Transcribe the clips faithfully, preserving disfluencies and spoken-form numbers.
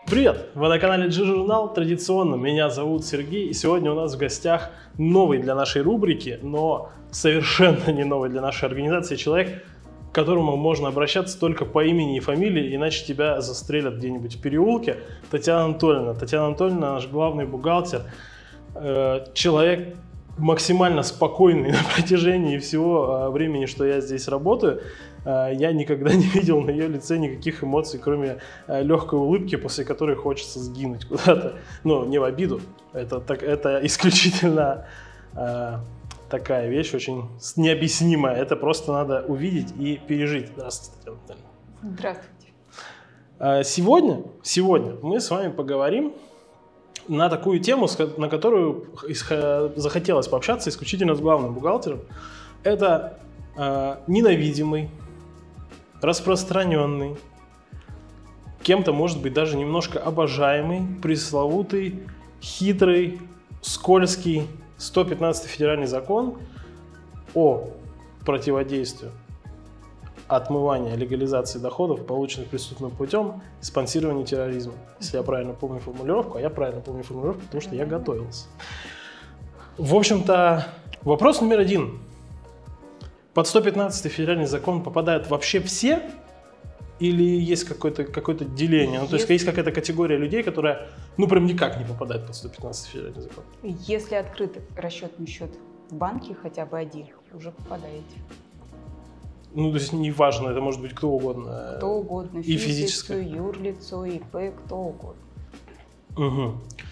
Привет! Вы на канале G-журнал. Традиционно меня зовут Сергей, и сегодня у нас в гостях новый для нашей рубрики, но совершенно не новый для нашей организации человек, к которому можно обращаться только по имени и фамилии, иначе тебя застрелят где-нибудь в переулке. Татьяна Анатольевна. Татьяна Анатольевна наш главный бухгалтер, человек максимально спокойный на протяжении всего времени, что я здесь работаю. Я никогда не видел на ее лице никаких эмоций, кроме легкой улыбки, после которой хочется сгинуть куда-то. Ну, не в обиду. Это, так, это исключительно э, такая вещь, очень необъяснимая. Это просто надо увидеть и пережить. Здравствуйте, Татьяна Анатольевна. Здравствуйте. Сегодня, сегодня мы с вами поговорим на такую тему, на которую захотелось пообщаться исключительно с главным бухгалтером. Это э, ненавидимый, распространенный, кем-то, может быть, даже немножко обожаемый, пресловутый, хитрый, скользкий сто пятнадцатый федеральный закон о противодействии отмывания, легализации доходов, полученных преступным путем, спонсированию терроризма. Если я правильно помню формулировку, а я правильно помню формулировку, потому что я готовился. В общем-то, вопрос номер один. Под сто пятнадцатый федеральный закон попадают вообще все? Или есть какое-то, какое-то деление? Ну, то есть есть какая-то категория людей, которая, ну, прям никак не попадает под сто пятнадцатый федеральный закон? Если открыт расчетный счет в банке, хотя бы один, уже попадаете. Ну, то есть неважно, это может быть кто угодно. Кто угодно. И физическое. Юрлицо, ИП, кто угодно. Угу.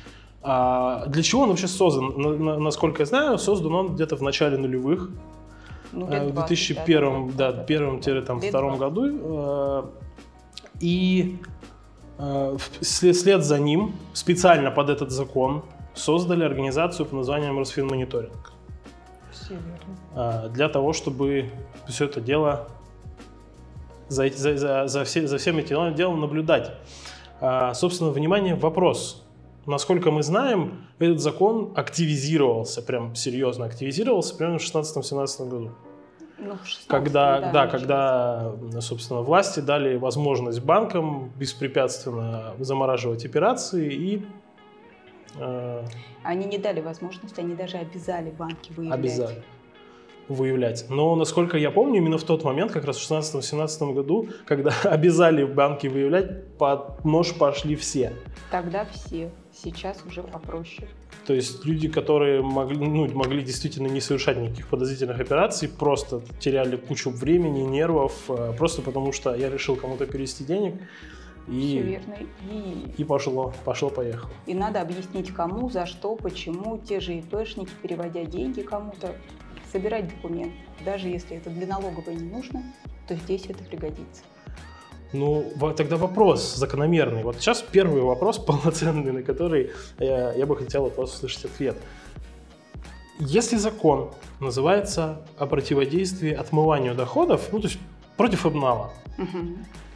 А для чего он вообще создан? Насколько я знаю, создан он где-то в начале нулевых. Ну, в две тысячи первом, да, первом-втором году. И вслед за ним специально под этот закон создали организацию под названием Росфинмониторинг. Все верно. Для того, чтобы все это дело, за, за, за, за, все, за всем этим делом наблюдать. Собственно, внимание, вопрос. Насколько мы знаем, этот закон активизировался, прям серьезно активизировался примерно в шестнадцатом-семнадцатом году. Ну, в шестнадцатом, когда, да, да, когда, собственно, власти дали возможность банкам беспрепятственно замораживать операции и... Э, они не дали возможность, они даже обязали банки выявлять. Обязали выявлять. Но, насколько я помню, именно в тот момент, как раз в шестнадцатом-семнадцатом году, когда обязали банки выявлять, под нож пошли все. Тогда все. Сейчас уже попроще. То есть люди, которые могли, ну, могли действительно не совершать никаких подозрительных операций, просто теряли кучу времени, нервов, просто потому что я решил кому-то перевести денег. И, все верно. И, и пошло, пошло-поехало. И надо объяснить кому, за что, почему. Те же ИПшники, переводя деньги кому-то, собирать документы. Даже если это для налоговой не нужно, то здесь это пригодится. Ну, тогда вопрос закономерный. Вот сейчас первый вопрос полноценный, на который я, я бы хотел от вас услышать ответ. Если закон называется о противодействии отмыванию доходов, ну, то есть против обнала, угу.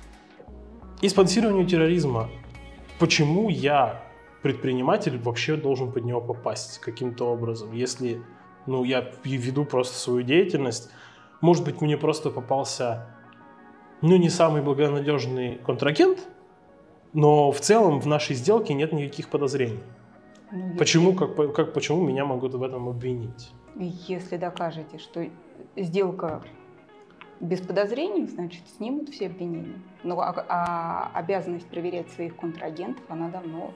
и спонсированию терроризма, почему я, предприниматель, вообще должен под него попасть каким-то образом? Если, ну, я веду просто свою деятельность, может быть, мне просто попался... Ну, не самый благонадежный контрагент, но в целом в нашей сделке нет никаких подозрений. Ну, почему, как, как, почему меня могут в этом обвинить? Если докажете, что сделка без подозрений, значит, снимут все обвинения. Ну, а, а обязанность проверять своих контрагентов, она давно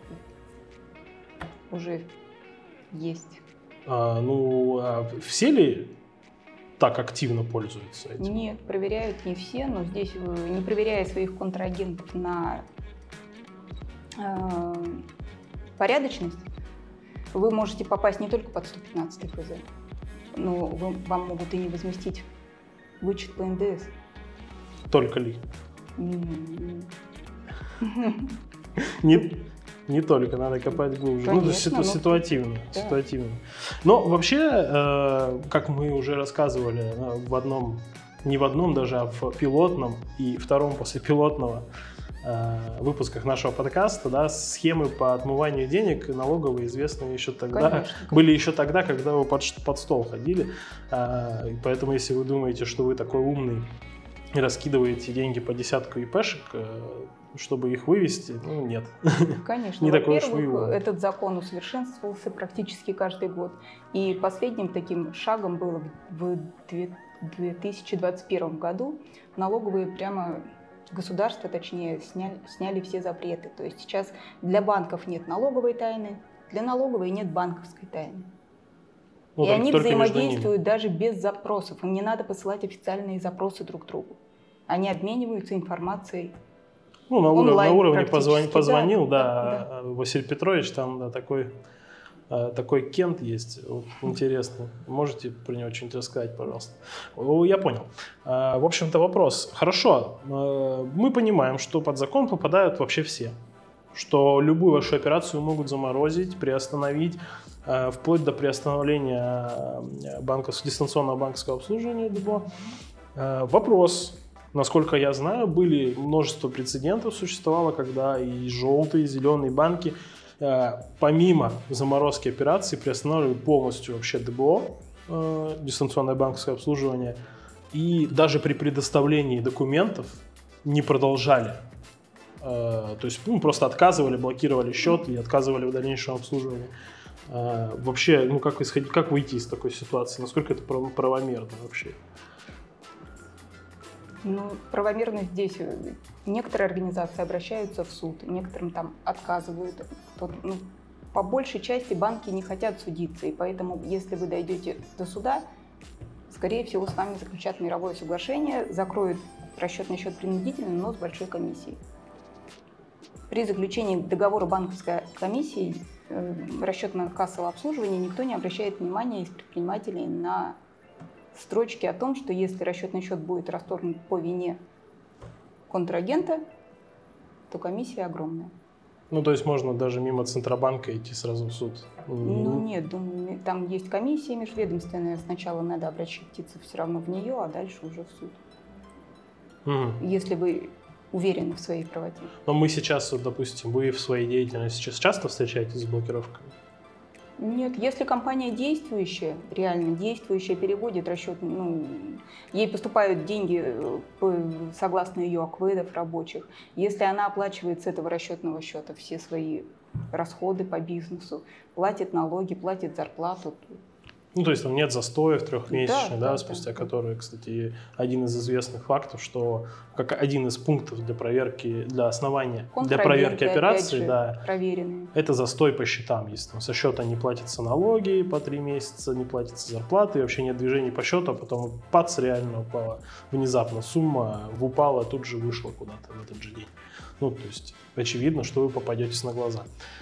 уже есть. А, ну, а все ли так активно пользуются этим? Нет, проверяют не все, но здесь, не проверяя своих контрагентов на э, порядочность, вы можете попасть не только под сто пятнадцатый эф зэ, но вы, вам могут и не возместить вычет по эн дэ эс. Только ли? Не, не только, надо копать глубже. Конечно, ну, ситу, ну, ситуативно. Да. ситуативно. Но вообще, э, как мы уже рассказывали в одном, не в одном даже, а в пилотном и втором после пилотного э, выпусках нашего подкаста, да, схемы по отмыванию денег налоговые известны еще тогда, конечно, были еще тогда, когда вы под, под стол ходили. Э, поэтому, если вы думаете, что вы такой умный и раскидываете деньги по десятку ИПшек, чтобы их вывести, ну нет. Конечно. Не такой уж Во-первых, вывод. этот закон усовершенствовался практически каждый год. И последним таким шагом было в две тысячи двадцать первом году. Налоговые прямо, государство точнее, сняли, сняли все запреты. То есть сейчас для банков нет налоговой тайны, для налоговой нет банковской тайны. Ну, и они взаимодействуют ними. даже без запросов. Им не надо посылать официальные запросы друг другу. Они обмениваются информацией. Ну, на, онлайн, на уровне позвонил, позвонил да, да, да, Василий Петрович, там да, такой, такой Кент есть, вот, интересный. Можете про него что-нибудь рассказать, пожалуйста? Я понял. В общем-то, вопрос. Хорошо, мы понимаем, что под закон попадают вообще все. Что любую вашу операцию могут заморозить, приостановить, вплоть до приостановления банковского, дистанционного банковского обслуживания. Вопрос. Насколько я знаю, были множество прецедентов существовало, когда и желтые, и зеленые банки, э, помимо заморозки операций, приостанавливали полностью вообще ДБО, э, дистанционное банковское обслуживание, и даже при предоставлении документов не продолжали. Э, то есть ну, просто отказывали, блокировали счет и отказывали в дальнейшем обслуживании. Э, вообще, ну как, исходить, как выйти из такой ситуации? Насколько это правомерно вообще? Ну, правомерно здесь. Некоторые организации обращаются в суд, некоторым там отказывают. Ну, по большей части банки не хотят судиться, и поэтому, если вы дойдете до суда, скорее всего, с вами заключат мировое соглашение, закроют расчетный счет принудительно, но с большой комиссией. При заключении договора банковской комиссии расчетно-кассового обслуживания никто не обращает внимания из предпринимателей на строчки о том, что если расчетный счет будет расторгнут по вине контрагента, то комиссия огромная. Ну, то есть можно даже мимо Центробанка идти сразу в суд? Ну, нет, думаю, там есть комиссия межведомственная. Сначала надо обратиться все равно в нее, а дальше уже в суд. Угу. Если вы уверены в своей правоте. Но мы сейчас, вот, допустим, вы в своей деятельности сейчас часто встречаетесь с блокировками? Нет, если компания действующая, реально действующая, переводит расчет, ну, ей поступают деньги по, согласно ее акведов рабочих, если она оплачивает с этого расчетного счета все свои расходы по бизнесу, платит налоги, платит зарплату. Ну, то есть там нет застоев трехмесячных, да, да, да, спустя да. которые, кстати, один из известных фактов, что как один из пунктов для проверки, для основания, для проверки операции, же, да, проверенные. Это застой по счетам. Если там со счета не платятся налоги по три месяца, не платятся зарплаты, вообще нет движений по счету, а потом пац, реально упала внезапно сумма, упала, тут же вышла куда-то в этот же день. Ну, то есть очевидно, что вы попадетесь на глаза.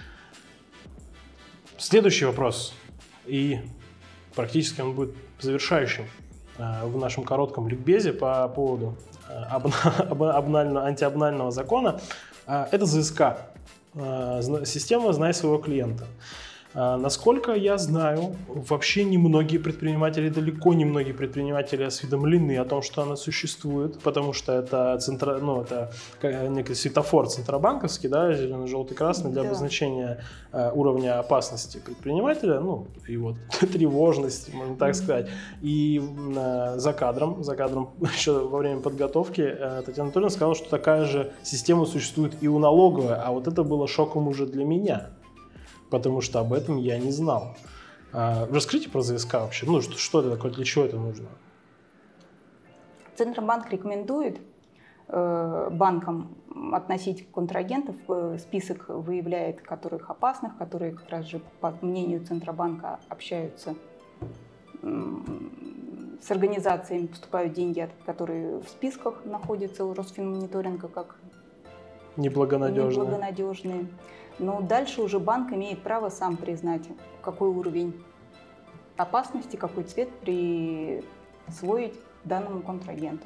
Следующий вопрос. И практически он будет завершающим э, в нашем коротком ликбезе по поводу э, обнально, антиобнального закона. Э, это ЗСК, э, система «Знай своего клиента». Э, насколько я знаю, вообще немногие предприниматели, далеко не многие предприниматели осведомлены о том, что она существует, потому что это, центро, ну, это некий светофор центробанковский, да, зеленый, желтый, красный, для да. обозначения э, уровня опасности предпринимателя, ну, его тревожности, можно так сказать. И э, за кадром, за кадром еще во время подготовки э, Татьяна Анатольевна сказала, что такая же система существует и у налоговой, а вот это было шоком уже для меня, потому что об этом я не знал. А, расскажите про ЗСК вообще. Ну, что, что это такое, для чего это нужно? Центробанк рекомендует э, банкам относить контрагентов, э, список выявляет которых опасных, которые как раз же, по мнению Центробанка, общаются э, с организациями, поступают деньги, которые в списках находятся у Росфинмониторинга как неблагонадежные. неблагонадежные. Но дальше уже банк имеет право сам признать, какой уровень опасности, какой цвет присвоить данному контрагенту.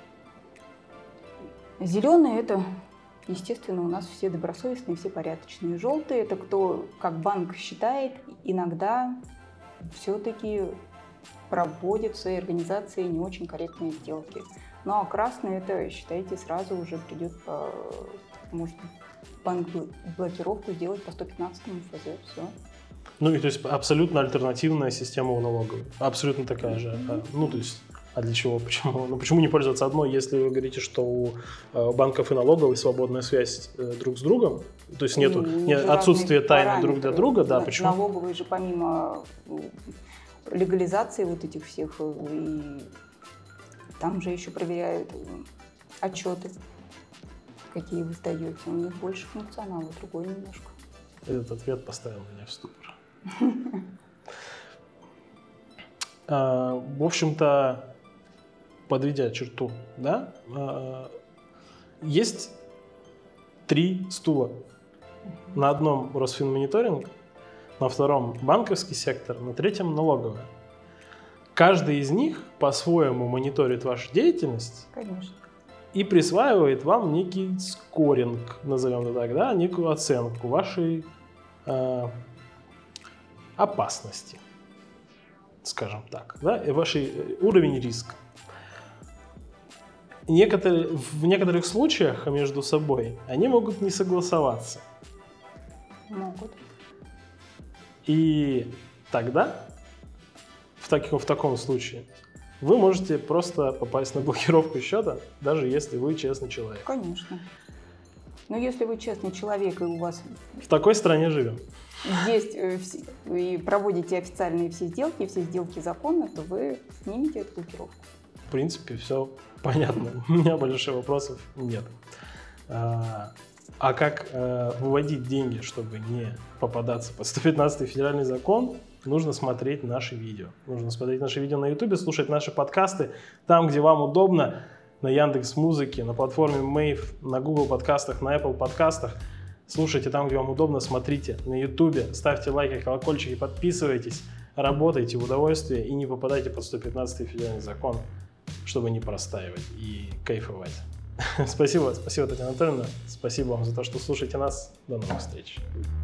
Зеленые – это, естественно, у нас все добросовестные, все порядочные. Желтые – это кто, как банк считает, иногда все-таки проводит в своей организации не очень корректные сделки. Ну а красные – это, считайте, сразу уже придет по, может, банк блокировку сделать по сто пятнадцатому эф зэ, все. Ну и то есть абсолютно альтернативная система у налоговой, абсолютно такая же. Ну то есть А для чего? Почему? Ну, почему не пользоваться одной, если вы говорите, что у э, банков и налоговой свободная связь э, друг с другом? То есть нету не, отсутствие тайны друг для друга, да? Почему? Налоговые же помимо легализации вот этих всех, и там же еще проверяют отчеты, какие вы сдаете. У них больше функционала, другой немножко. Этот ответ поставил меня в ступор. В общем-то, подведя черту, да, есть три стула. На одном Росфинмониторинг, на втором банковский сектор, на третьем налоговая. Каждый из них по-своему мониторит вашу деятельность. Конечно. И присваивает вам некий скоринг, назовем это так, да, некую оценку вашей э, опасности, скажем так, да, и вашей уровень риска. Некоторые, в некоторых случаях между собой они могут не согласоваться. Могут. И тогда, в, так, в таком случае, вы можете просто попасть на блокировку счета, даже если вы честный человек. Конечно. Но если вы честный человек и у вас... В такой стране живем. Есть и проводите официальные все сделки, все сделки законно, то вы снимете эту блокировку. В принципе, все понятно. У меня больших вопросов нет. А, а как а, выводить деньги, чтобы не попадаться под сто пятнадцатый федеральный закон, нужно смотреть наши видео. Нужно смотреть наши видео на Ютубе, слушать наши подкасты там, где вам удобно, на Яндекс.Музыке, на платформе Мэйв, на Google подкастах, на Apple подкастах. Слушайте там, где вам удобно, смотрите на Ютубе, ставьте лайки, колокольчики, подписывайтесь, работайте в удовольствие и не попадайте под сто пятнадцатый федеральный закон, чтобы не простаивать и кайфовать. Спасибо, спасибо, Татьяна Анатольевна. Спасибо вам за то, что слушаете нас. До новых встреч.